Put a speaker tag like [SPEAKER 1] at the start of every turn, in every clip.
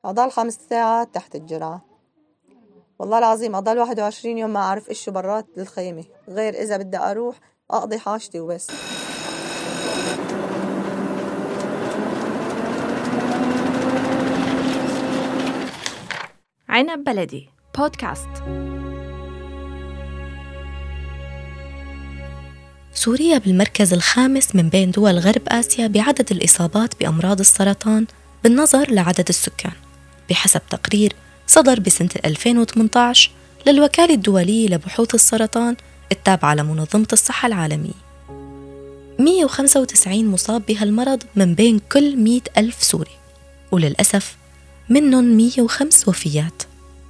[SPEAKER 1] أضل 5 ساعات تحت الجرعة. والله العظيم أضل 21 يوم ما أعرف إيش برات الخيمة، غير إذا بدي أروح أقضي حاجتي وبس.
[SPEAKER 2] عنب بلدي بودكاست.
[SPEAKER 3] سوريا بالمركز الخامس من بين دول غرب آسيا بعدد الإصابات بأمراض السرطان بالنظر لعدد السكان، بحسب تقرير صدر بسنة 2018 للوكالة الدولية لبحوث السرطان التابعة لمنظمة الصحة العالمية. 195 مصاب بهالمرض من بين كل 100,000 سوري، وللأسف منهم 105 وفيات.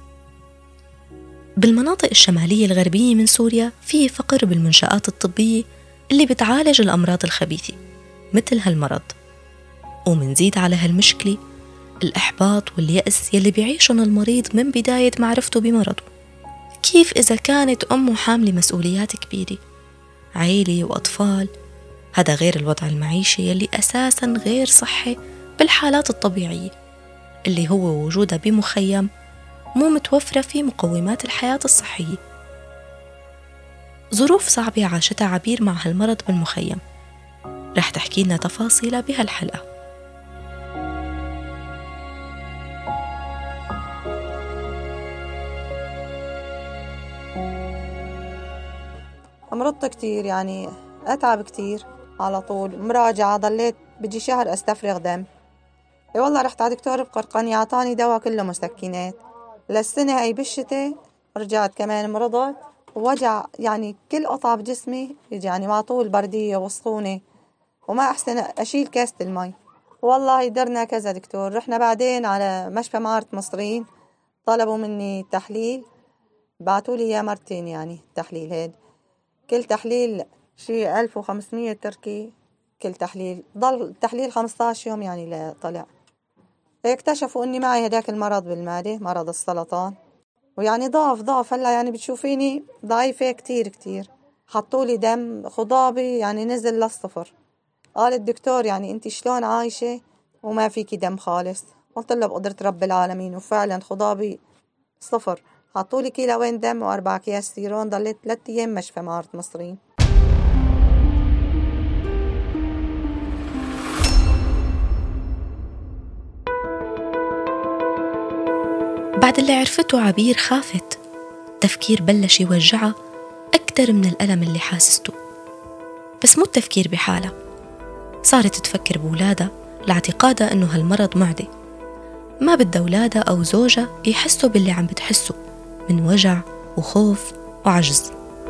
[SPEAKER 3] بالمناطق الشمالية الغربية من سوريا في فقر بالمنشآت الطبية اللي بتعالج الأمراض الخبيثة مثل هالمرض، ومنزيد على هالمشكلة الإحباط واليأس يلي بيعيشون المريض من بداية معرفته بمرضه. كيف إذا كانت أمه حاملة مسؤوليات كبيرة، عائلة وأطفال، هذا غير الوضع المعيشي يلي أساساً غير صحي بالحالات الطبيعية، اللي هو وجودها بمخيم مو متوفرة فيه مقومات الحياة الصحية. ظروف صعبة عاشتها عبير مع هالمرض بالمخيم، رح تحكي لنا تفاصيلها بهالحلقة.
[SPEAKER 1] مرضت كتير، يعني أتعب كتير على طول، مراجعة ضليت بجي شهر أستفرغ دم. والله رحت على دكتور بقرقاني عطاني دواء كله مسكنات. للسنة هاي بالشتاء رجعت كمان مرضت ووجع، يعني كل قطعة بجسمي يعني مع طول بردية وسخونة، وما أحسن أشيل كاسة المي. والله درنا كذا دكتور، رحنا بعدين على مشفى معارة مصرين، طلبوا مني تحليل، بعتوا لي إياه مرتين، يعني تحليل هيد كل تحليل شيء 1500 تركي كل تحليل، ضل تحليل 15 يوم يعني لطلع. اكتشفوا اني معي هداك المرض بالمعدة، مرض السرطان، ويعني ضعف هلا يعني بتشوفيني ضعيفة كتير كتير. حطولي دم خضابي يعني نزل للصفر. قال الدكتور يعني انت شلون عايشة وما فيكي دم خالص؟ قلت له بقدرة رب العالمين، وفعلا خضابي صفر. حطولي كيلوين دم و4 أكياس سيرون، ضليت 3 أيام مشفى معارة مصرين.
[SPEAKER 3] بعد اللي عرفته عبير خافت، التفكير بلش يوجعها أكتر من الألم اللي حاسسته. بس مو التفكير بحالها، صارت تفكر بولادها لاعتقادها أنه هالمرض معدي، ما بدها أولادها أو زوجها يحسوا باللي عم بتحسوا من وجع وخوف وعجز.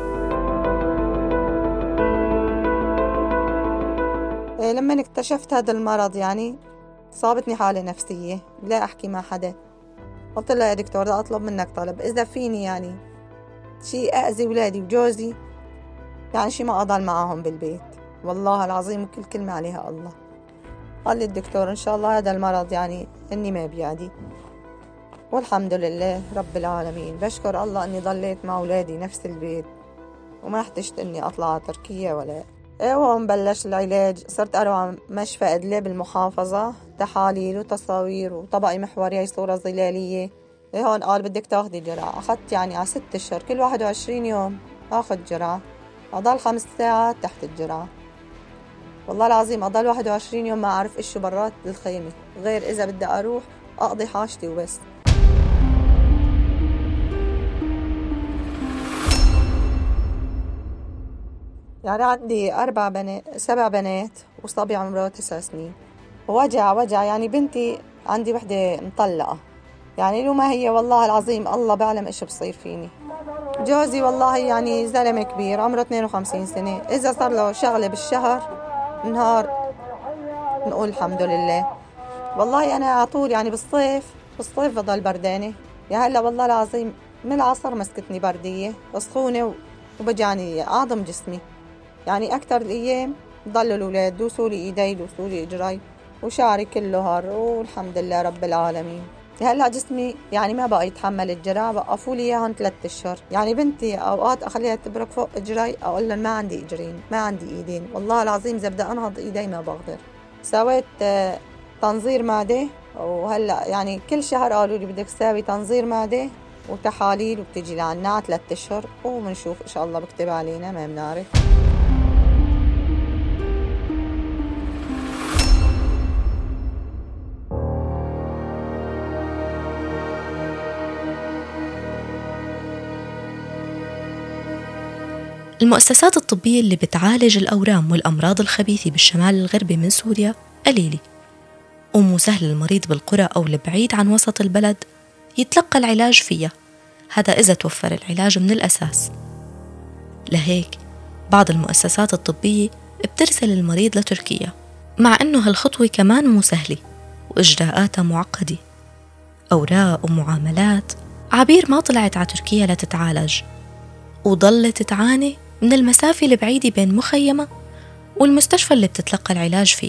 [SPEAKER 1] لما اكتشفت هذا المرض يعني صابتني حالة نفسية، لا أحكي مع حدا. قلت له يا دكتور بدي أطلب منك طلب، إذا فيني يعني شيء أأذي ولادي وجوزي، يعني شيء ما أضل معهم بالبيت، والله العظيم وكل كلمة عليها الله. قال لي الدكتور إن شاء الله هذا المرض يعني إني ما بيعدي، والحمد لله رب العالمين. بشكر الله إني ضليت مع أولادي نفس البيت وما احتجت إني أطلع على تركيا ولا. وهم بلش العلاج، صرت أروح على مشفى إدلب المحافظة، تحاليل وتصاوير وطبقة محورية، هي صورة ظلالية. هون قال بدك تاخدي جرعة، أخذت يعني على 6 أشهر كل 21 يوم أخذ جرعة. أضل 5 ساعات تحت الجرعة. والله العظيم أضل 21 يوم ما أعرف إيش برات الخيمة، غير إذا بدي أروح أقضي حاجتي وبس. يعني عندي 7 بنات وصبي عمره 9 سنين. وجع يعني بنتي عندي وحدة مطلقة، يعني لو ما هي والله العظيم الله بعلم إيش بصير فيني. جوزي والله يعني زلمة كبير عمره 52 سنة، إذا صار له شغلة بالشهر نهار نقول الحمد لله. والله أنا عطول يعني بالصيف بضل بردانة، يعني هلا والله العظيم من العصر مسكتني بردية وسخونة وبجاني أعظم جسمي. يعني أكتر الأيام ضلوا الأولاد دوسولي إيدي دوسولي إجراي وشعري كله هار، والحمد لله رب العالمين. هلا جسمي يعني ما بقى يتحمل الجرعة، وقفوا لي إياهم 3 أشهر. يعني بنتي أوقات أخليها تبرك فوق إجراي، أقول لها ما عندي إجرين ما عندي إيدين، والله العظيم إذا بدي أنهض إيدي ما بقدر. سويت تنظير معدة وهلأ يعني كل شهر قالوا لي بدك تساوي تنظير معدة وتحاليل وبتجي لعنا 3 أشهر وبنشوف إن شاء الله بكتب علينا، ما بنعرف.
[SPEAKER 3] المؤسسات الطبية اللي بتعالج الأورام والأمراض الخبيثة بالشمال الغربي من سوريا قليلة، ومو سهل المريض بالقرى أو البعيد عن وسط البلد يتلقى العلاج فيها، هذا إذا توفر العلاج من الأساس. لهيك بعض المؤسسات الطبية بترسل المريض لتركيا، مع أنه هالخطوة كمان مو سهلة وإجراءاتها معقدة، أوراق ومعاملات. عبير ما طلعت على تركيا لتتعالج، وظلت تعاني من المسافة البعيدة بين مخيمة والمستشفى اللي بتتلقى العلاج فيه.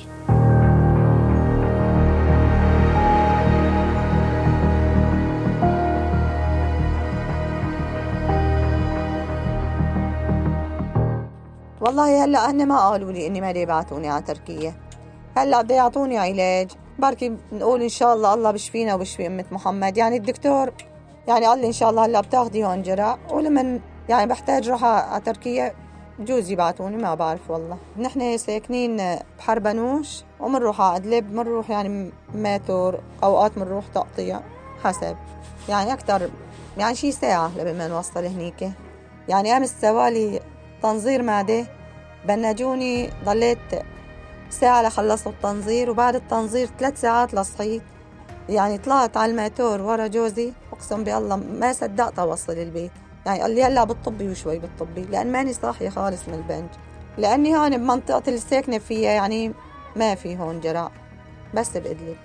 [SPEAKER 1] والله هلأ هن ما قالوا لي إني ما يبعتوني على تركيا، هلأ بده يعطوني علاج، بركي نقول إن شاء الله الله بشفينا وبشفي أمة محمد. يعني الدكتور يعني قال لي إن شاء الله هلأ بتاخدي هون جرعة، ولمن يعني بحتاج روح على تركيا بجوز يبعتوني، ما بعرف والله. نحن ساكنين بحربنوش ومنروح على أدلب، منروح يعني ماتور، أوقات منروح تقطيع حسب، يعني أكتر يعني شي ساعة لما نوصل هنيك. يعني أمس سوالي تنظير معدة، بنجوني ضليت ساعة لخلصوا التنظير، وبعد التنظير 3 ساعات لصحيت. يعني طلعت على الماتور ورا جوزي، أقسم بالله ما صدقت أوصل البيت. يعني قال لي هلا بالطبي وشوي بالطبي، لأن ماني صاحية خالص من البنج، لأني هون بمنطقة اللي ساكنة فيها يعني ما في هون جرع، بس بإدلب.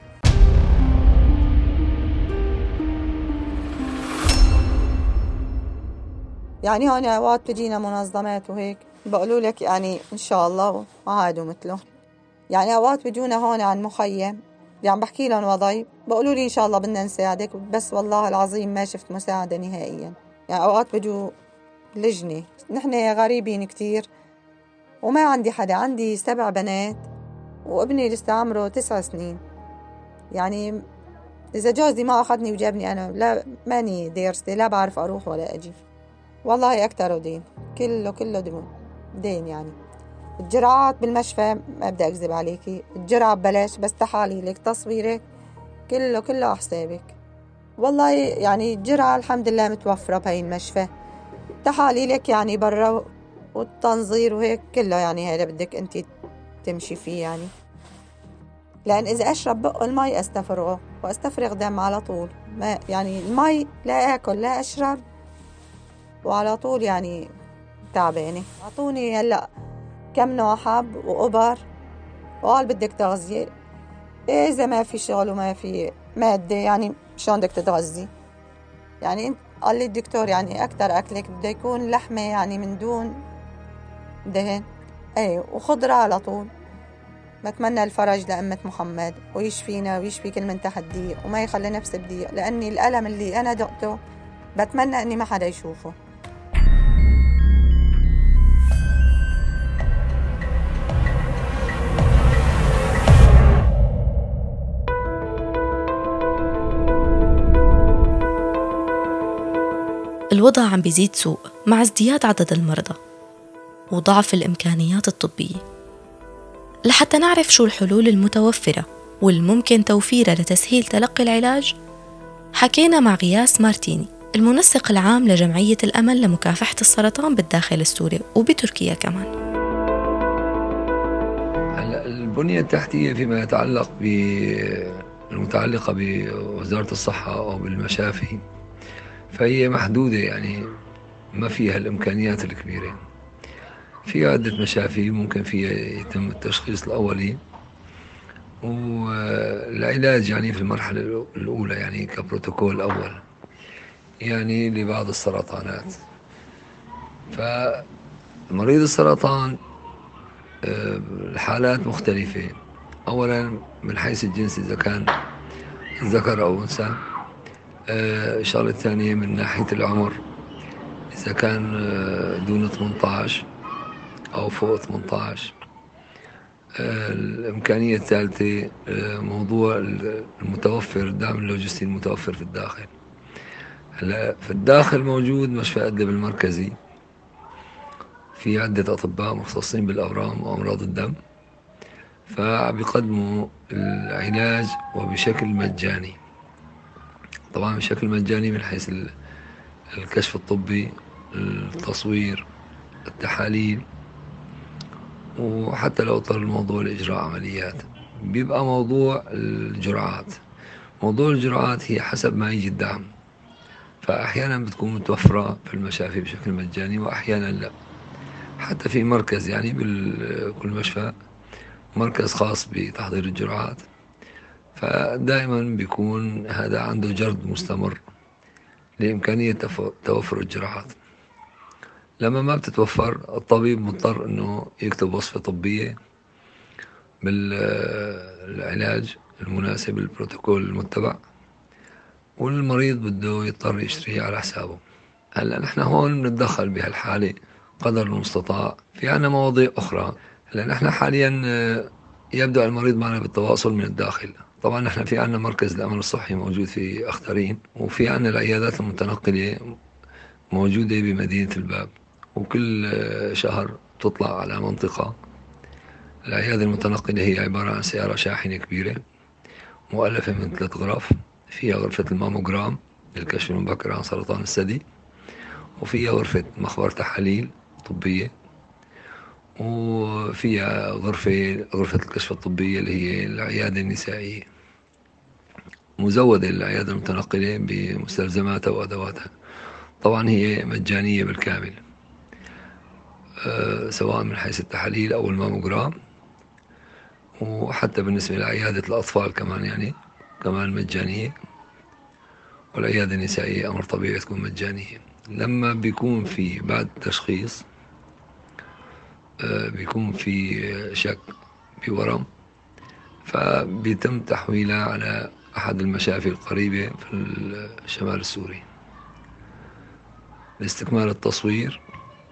[SPEAKER 1] يعني هون أوقات بتجينا منظمات وهيك بقولوا لك يعني إن شاء الله وعادوا مثله. يعني أوقات بيجونا هون عن مخيم، يعني بحكي لهم وضعي بقولوا لي إن شاء الله بدنا نساعدك، بس والله العظيم ما شفت مساعدة نهائيا. يعني أوقات بيجوا لجنة، نحن غريبين كتير وما عندي حدا، عندي 7 بنات وابني لسه عمره 9 سنين. يعني إذا جوزي ما أخذني وجابني أنا لا ماني ديرستي، لا بعرف أروح ولا أجي. والله أكتر دين، كله دين. يعني الجرعات بالمشفى ما بدي أكذب عليكي، الجرعة ببلاش، بس تحاليلك تصويرك كله على حسابك. والله يعني الجرعة الحمد لله متوفرة بهاي المشفى، تحاليلك يعني برا والتنظير وهيك كله، يعني هذا بدك أنت تمشي فيه. يعني لأن إذا أشرب بق المي أستفرغه وأستفرغ دم على طول، ما يعني المي لا أكل لا أشرب وعلى طول يعني تعبانة. أعطوني هلأ كم نوع حب وأبر، وقال بدك تغذية، إذا ما في شغل وما في مادة يعني شلون بدك تتغذي؟ يعني قال لي الدكتور يعني أكتر أكلك بده يكون لحمة يعني من دون دهن، أي وخضرة على طول. بتمنى الفرج لأمة محمد ويشفينا ويشفي كل من تحت ضيق وما يخلي نفسي بضيق، لأني الألم اللي أنا دقته بتمنى أني ما حدا يشوفه.
[SPEAKER 3] الوضع عم بيزيد سوء مع ازدياد عدد المرضى وضعف الإمكانيات الطبية. لحتى نعرف شو الحلول المتوفرة والممكن توفيرها لتسهيل تلقي العلاج، حكينا مع غياس مارتيني المنسق العام لجمعية الأمل لمكافحة السرطان بالداخل السوري وبتركيا كمان.
[SPEAKER 4] البنية التحتية فيما يتعلق المتعلقة بوزارة الصحة أو بالمشافي فهي محدودة، يعني ما فيها الإمكانيات الكبيرة. في عدة مشافي ممكن فيها يتم التشخيص الأولي والعلاج يعني في المرحلة الأولى، يعني كبروتوكول أول يعني لبعض السرطانات. فمريض السرطان الحالات مختلفة، أولا من حيث الجنس إذا كان ذكر أو أنثى، الشغلة الثانية من ناحية العمر إذا كان دون 18 أو فوق 18، الإمكانية الثالثة موضوع المتوفر، الدعم اللوجستي المتوفر في الداخل. هلا في الداخل موجود مشفى إدلب المركزي، في عدة أطباء مختصين بالأورام وأمراض الدم، فبيقدموا العلاج وبشكل مجاني. طبعا بشكل مجاني من حيث الكشف الطبي، التصوير، التحاليل، وحتى لو اضطر الموضوع لإجراء عمليات. بيبقى موضوع الجرعات، هي حسب ما يجي الدعم، فأحيانا بتكون متوفرة في المشافي بشكل مجاني وأحيانا لا. حتى في مركز يعني بكل مشفى مركز خاص بتحضير الجرعات، فدائما بيكون هذا عنده جرد مستمر لإمكانية توفر الجرعات. لما ما بتتوفر الطبيب مضطر أنه يكتب وصفة طبية بالعلاج المناسب، البروتوكول المتبع، والمريض بده يضطر يشتريه على حسابه. هلا نحن هون بنتدخل بهالحالة قدر المستطاع. في عنا مواضيع أخرى. هلا نحن حاليا يبدأ المريض معنا بالتواصل من الداخل. طبعا نحن في عنا مركز الأمن الصحي موجود في أخترين، وفي عنا العيادات المتنقلة موجودة بمدينة الباب، وكل شهر تطلع على منطقة. العيادة المتنقلة هي عبارة عن سيارة شاحنة كبيرة مؤلفة من 3 غرف، فيها غرفة الماموجرام للكشف المبكر عن سرطان الثدي، وفيها غرفة مخبر تحاليل طبية، وفيها غرفة الكشف الطبية اللي هي العيادة النسائية. مزودة العيادة المتنقلة بمستلزماتها وأدواتها. طبعا هي مجانية بالكامل، سواء من حيث التحاليل أو الماموجرام، وحتى بالنسبة لعيادة الأطفال كمان يعني كمان مجانية، والعيادة النسائية أمر طبيعي تكون مجانية. لما بيكون في بعد التشخيص بيكون في شك بورم، فبيتم تحويلها على أحد المشافي القريبة في الشمال السوري لاستكمال التصوير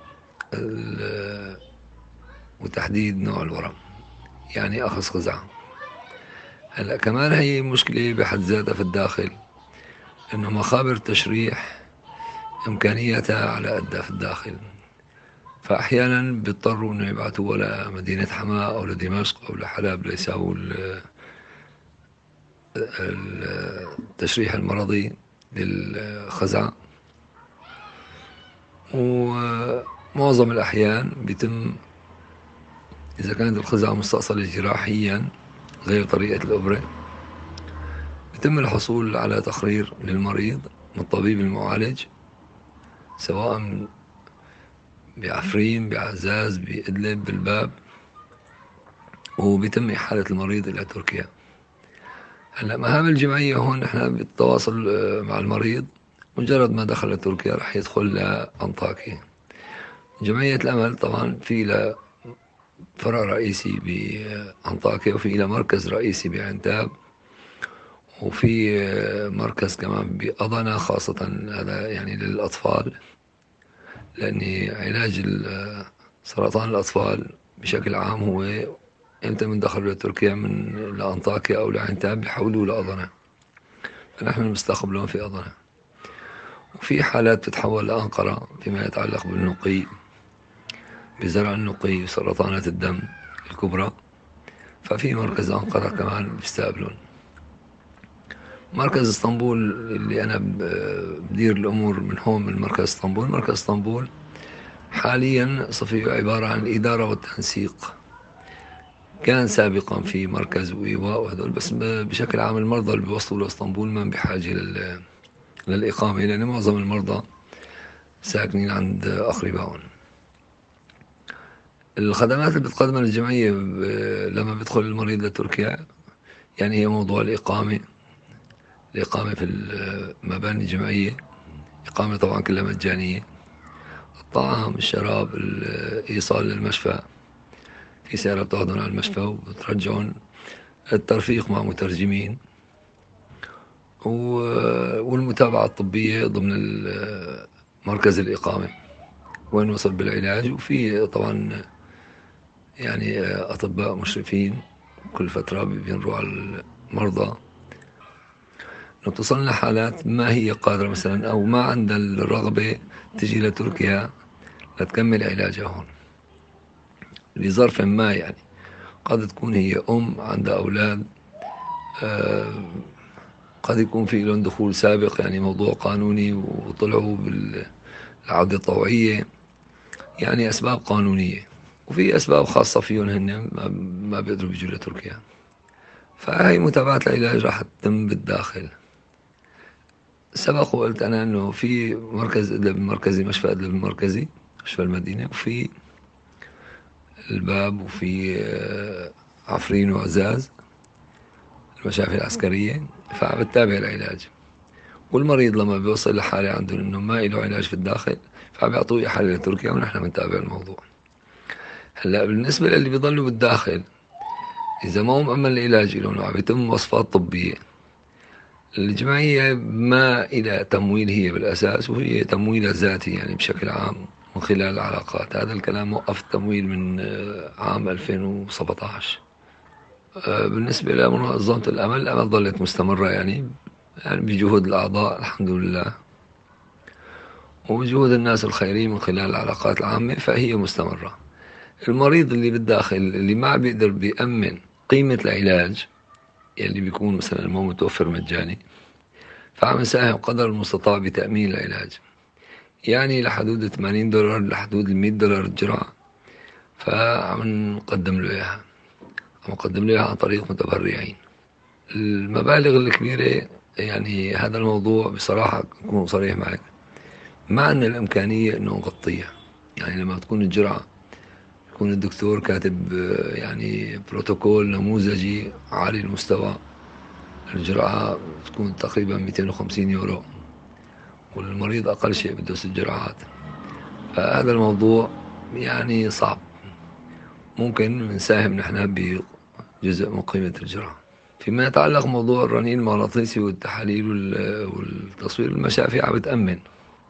[SPEAKER 4] وتحديد نوع الورم، يعني أخذ قزعة. هلا كمان هي مشكلة بحد ذاتها في الداخل، إنه مخابر التشريح إمكانياتها على قدها في الداخل، فأحيانا بيضطروا إنه يبعثوا لمدينة حماة أو لدمشق أو لحلب ليساووا التشريح المرضي للخزعة. ومعظم الأحيان بيتم، إذا كانت الخزعة مستأصلة جراحيا غير طريقة الإبرة، بيتم الحصول على تقرير للمريض من الطبيب المعالج، سواء بعفرين، بعزاز، بإدلب، بالباب، وبيتم إحالة المريض إلى تركيا. هلا مهام الجمعية هون نحن بالتواصل مع المريض، مجرد ما دخل تركيا رح يدخل لأنطاكيا. جمعية الأمل طبعا في لها فرع رئيسي بأنطاكيا، وفي لها مركز رئيسي بعنتاب، وفي مركز كمان بأضنا، خاصة هذا يعني للأطفال، لأن علاج سرطان الأطفال بشكل عام هو إمتى من دخلوا لتركيا من لأنطاكيا أو لعنتاب بيحولوا لأضنا، فنحن نستقبلهم في أضنا. وفي حالات تتحول لأنقرة فيما يتعلق بالنقي، بزرع النقي وسرطانات الدم الكبرى، ففي مركز أنقرة كمان بيستقبلون. مركز اسطنبول اللي أنا بدير الأمور من هون، من مركز اسطنبول. مركز اسطنبول حاليا صفي عبارة عن الإدارة والتنسيق. كان سابقا في مركز وإيواء وهذول، بس بشكل عام المرضى اللي بيوصلوا لاسطنبول ما بحاجة للإقامة، لأن معظم المرضى ساكنين عند أقربائهم. الخدمات اللي بتقدمها الجمعية لما بيدخل المريض لتركيا يعني هي موضوع الإقامة في المباني الجمعية، إقامة طبعا كلها مجانية، الطعام، الشراب، الإيصال للمشفى، في سيارة بتاخذهم على المشفى وبترجعون، الترفيق مع مترجمين، والمتابعة الطبية ضمن مركز الإقامة وين وصل بالعلاج. وفي طبعا يعني أطباء مشرفين كل فترة بينروا على المرضى. لو توصلنا حالات ما هي قادرة مثلا أو ما عندها الرغبة تجي لتركيا لتكمل علاجها هون لظرف ما، يعني قد تكون هي عندها أولاد، قد يكون في لهم دخول سابق، يعني موضوع قانوني وطلعوا بالعودة الطوعية، يعني أسباب قانونية، وفي أسباب خاصة فيهم هن ما بيقدروا يجوا لتركيا. فهي متابعة العلاج راح تتم بالداخل. سبق وقلت أنا أنه في مركز إدلب المركزي، مشفى إدلب المركزي، مشفى المدينة، وفي الباب، وفي عفرين وعزاز المشافي العسكرية، فعم بتابع العلاج. والمريض لما بيوصل لحالة عنده إنه ما له علاج في الداخل فعم بيعطوه إحالة لتركيا ونحن بنتابع الموضوع. هلا بالنسبة للي بيضلوا بالداخل، إذا ما هو مأمن العلاج لهم وعم يتم وصفات طبية، الجمعية ما إلى تمويل هي بالأساس، وهي تمويل ذاتي يعني بشكل عام من خلال العلاقات. هذا الكلام وقف التمويل من عام 2017. بالنسبة لمنظمة الأمل ظلت مستمرة يعني بجهود الأعضاء الحمد لله، وبجهود الناس الخيرين من خلال العلاقات العامة، فهي مستمرة. المريض اللي بالداخل اللي ما بيقدر بيأمن قيمة العلاج اللي بيكون مثلا ما متوفر مجاني، فعم نساهم قدر المستطاع بتأمين العلاج، يعني لحدود $80 لحدود $100 الجرعة، فعم نقدم له إياها، عم نقدم له إياها عن طريق متبرعين. المبالغ الكبيرة يعني هذا الموضوع بصراحة أكون صريح معك ما عندنا الإمكانية إنه نغطيها. يعني لما تكون الجرعة يكون الدكتور كاتب يعني بروتوكول نموذجي عالي المستوى، الجرعة تكون تقريبا €250 والمريض أقل شيء بده 6 جرعات، فهذا الموضوع يعني صعب. ممكن نساهم نحن بجزء من قيمة الجرعة. فيما يتعلق موضوع الرنين المغناطيسي والتحاليل والتصوير، المشافي عم بتأمن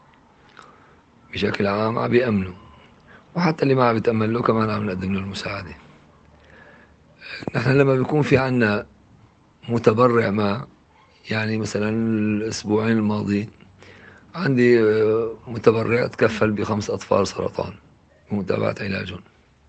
[SPEAKER 4] بشكل عام، عم بيأمنوا، وحتى اللي ما عم بتأمن له كمان عم نقدم له المساعدة. نحن لما بيكون في عنا متبرع ما، يعني مثلا الأسبوعين الماضيين عندي متبرع تكفل ب5 أطفال سرطان ومتابعة علاجهم،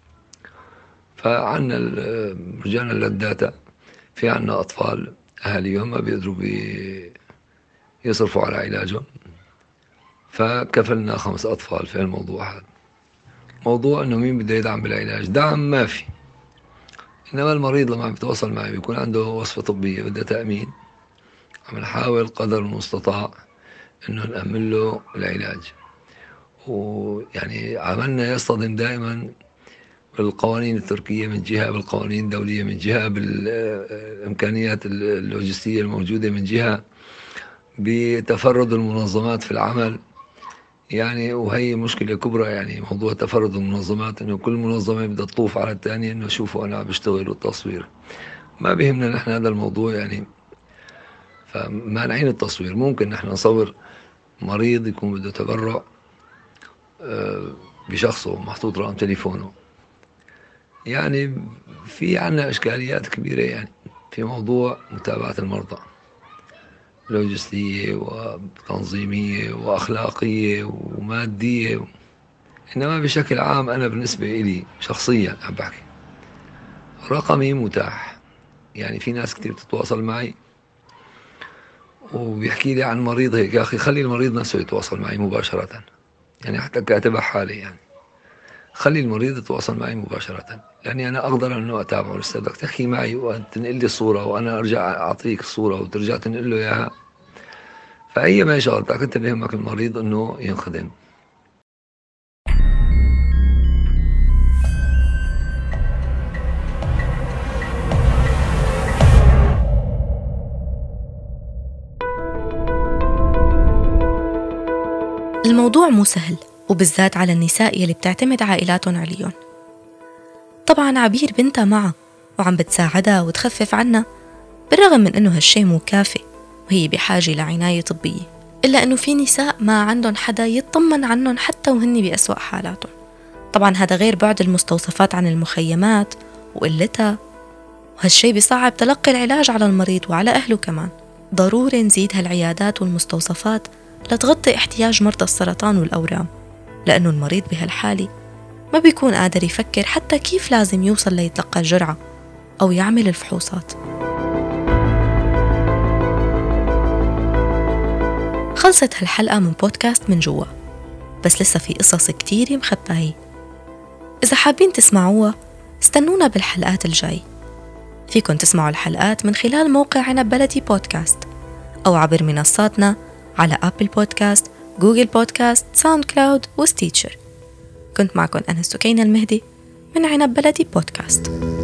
[SPEAKER 4] فعنا رجعنا للداتا، في عنا أطفال أهاليهم ما بيقدروا يصرفوا على علاجهم، فكفلنا 5 أطفال في الموضوع هذا. موضوع إنه مين بده يدعم بالعلاج، دعم ما في، إنما المريض لما عم يتواصل معي بيكون عنده وصفة طبية بدها تأمين، عم نحاول قدر المستطاع إنه نأمن له العلاج. ويعني عملنا يصطدم دائما بالقوانين التركية من جهة، بالقوانين الدولية من جهة، بالإمكانيات اللوجستية الموجودة من جهة، بتفرد المنظمات في العمل يعني. وهي مشكلة كبرى يعني موضوع تفرد المنظمات، إنه كل منظمة بدها تطوف على الثانية إنه شوفوا أنا عم بشتغل والتصوير. ما بيهمنا نحن هذا الموضوع يعني، فمانعين التصوير. ممكن نحن نصور مريض يكون بده تبرع بشخصه محطوط رقم تليفونه، يعني في عنا إشكاليات كبيرة يعني في موضوع متابعة المرضى، لوجستية وتنظيمية وأخلاقية ومادية. إنما بشكل عام أنا بالنسبة إلي شخصيا عم بحكي رقمي متاح، يعني في ناس كتير تتواصل معي وبيحكي لي عن مريض هيك، يا أخي خلي المريض نفسه يتواصل معي مباشرة، يعني حتى كاتبها حالي، يعني خلي المريض يتواصل معي مباشرة، لأني أنا أقدر أنه أتابعه. لسه بدك تحكي معي وتنقل لي الصورة وأنا أرجع أعطيك الصورة وترجع تنقل له إياها، فأي ما شغلتك أنت بيهمك المريض أنه ينخدم.
[SPEAKER 3] الموضوع مو سهل، وبالذات على النساء يلي بتعتمد عائلاتهم عليهم. طبعا عبير بنتها معها وعم بتساعدها وتخفف عنها، بالرغم من انه هالشي مو كافي وهي بحاجة لعناية طبية، إلا انه في نساء ما عندهم حدا يطمن عنهم حتى وهن بأسوأ حالاتهم. طبعا هذا غير بعد المستوصفات عن المخيمات وقلتها، وهالشي بيصعب تلقي العلاج على المريض وعلى أهله كمان. ضروري نزيد هالعيادات والمستوصفات لتغطي احتياج مرضى السرطان والأورام، لأنه المريض بهالحالة ما بيكون قادر يفكر حتى كيف لازم يوصل ليتلقى الجرعة أو يعمل الفحوصات. خلصت هالحلقة من بودكاست من جوا، بس لسه في قصص كتير مخباية. إذا حابين تسمعوها استنونا بالحلقات الجاي. فيكن تسمعوا الحلقات من خلال موقع عنب بلدي بودكاست أو عبر منصاتنا على أبل بودكاست، جوجل بودكاست، ساوند كلاود وستيتشر. كنت معكم أنا سكينة المهدي من عنب بلدي بودكاست.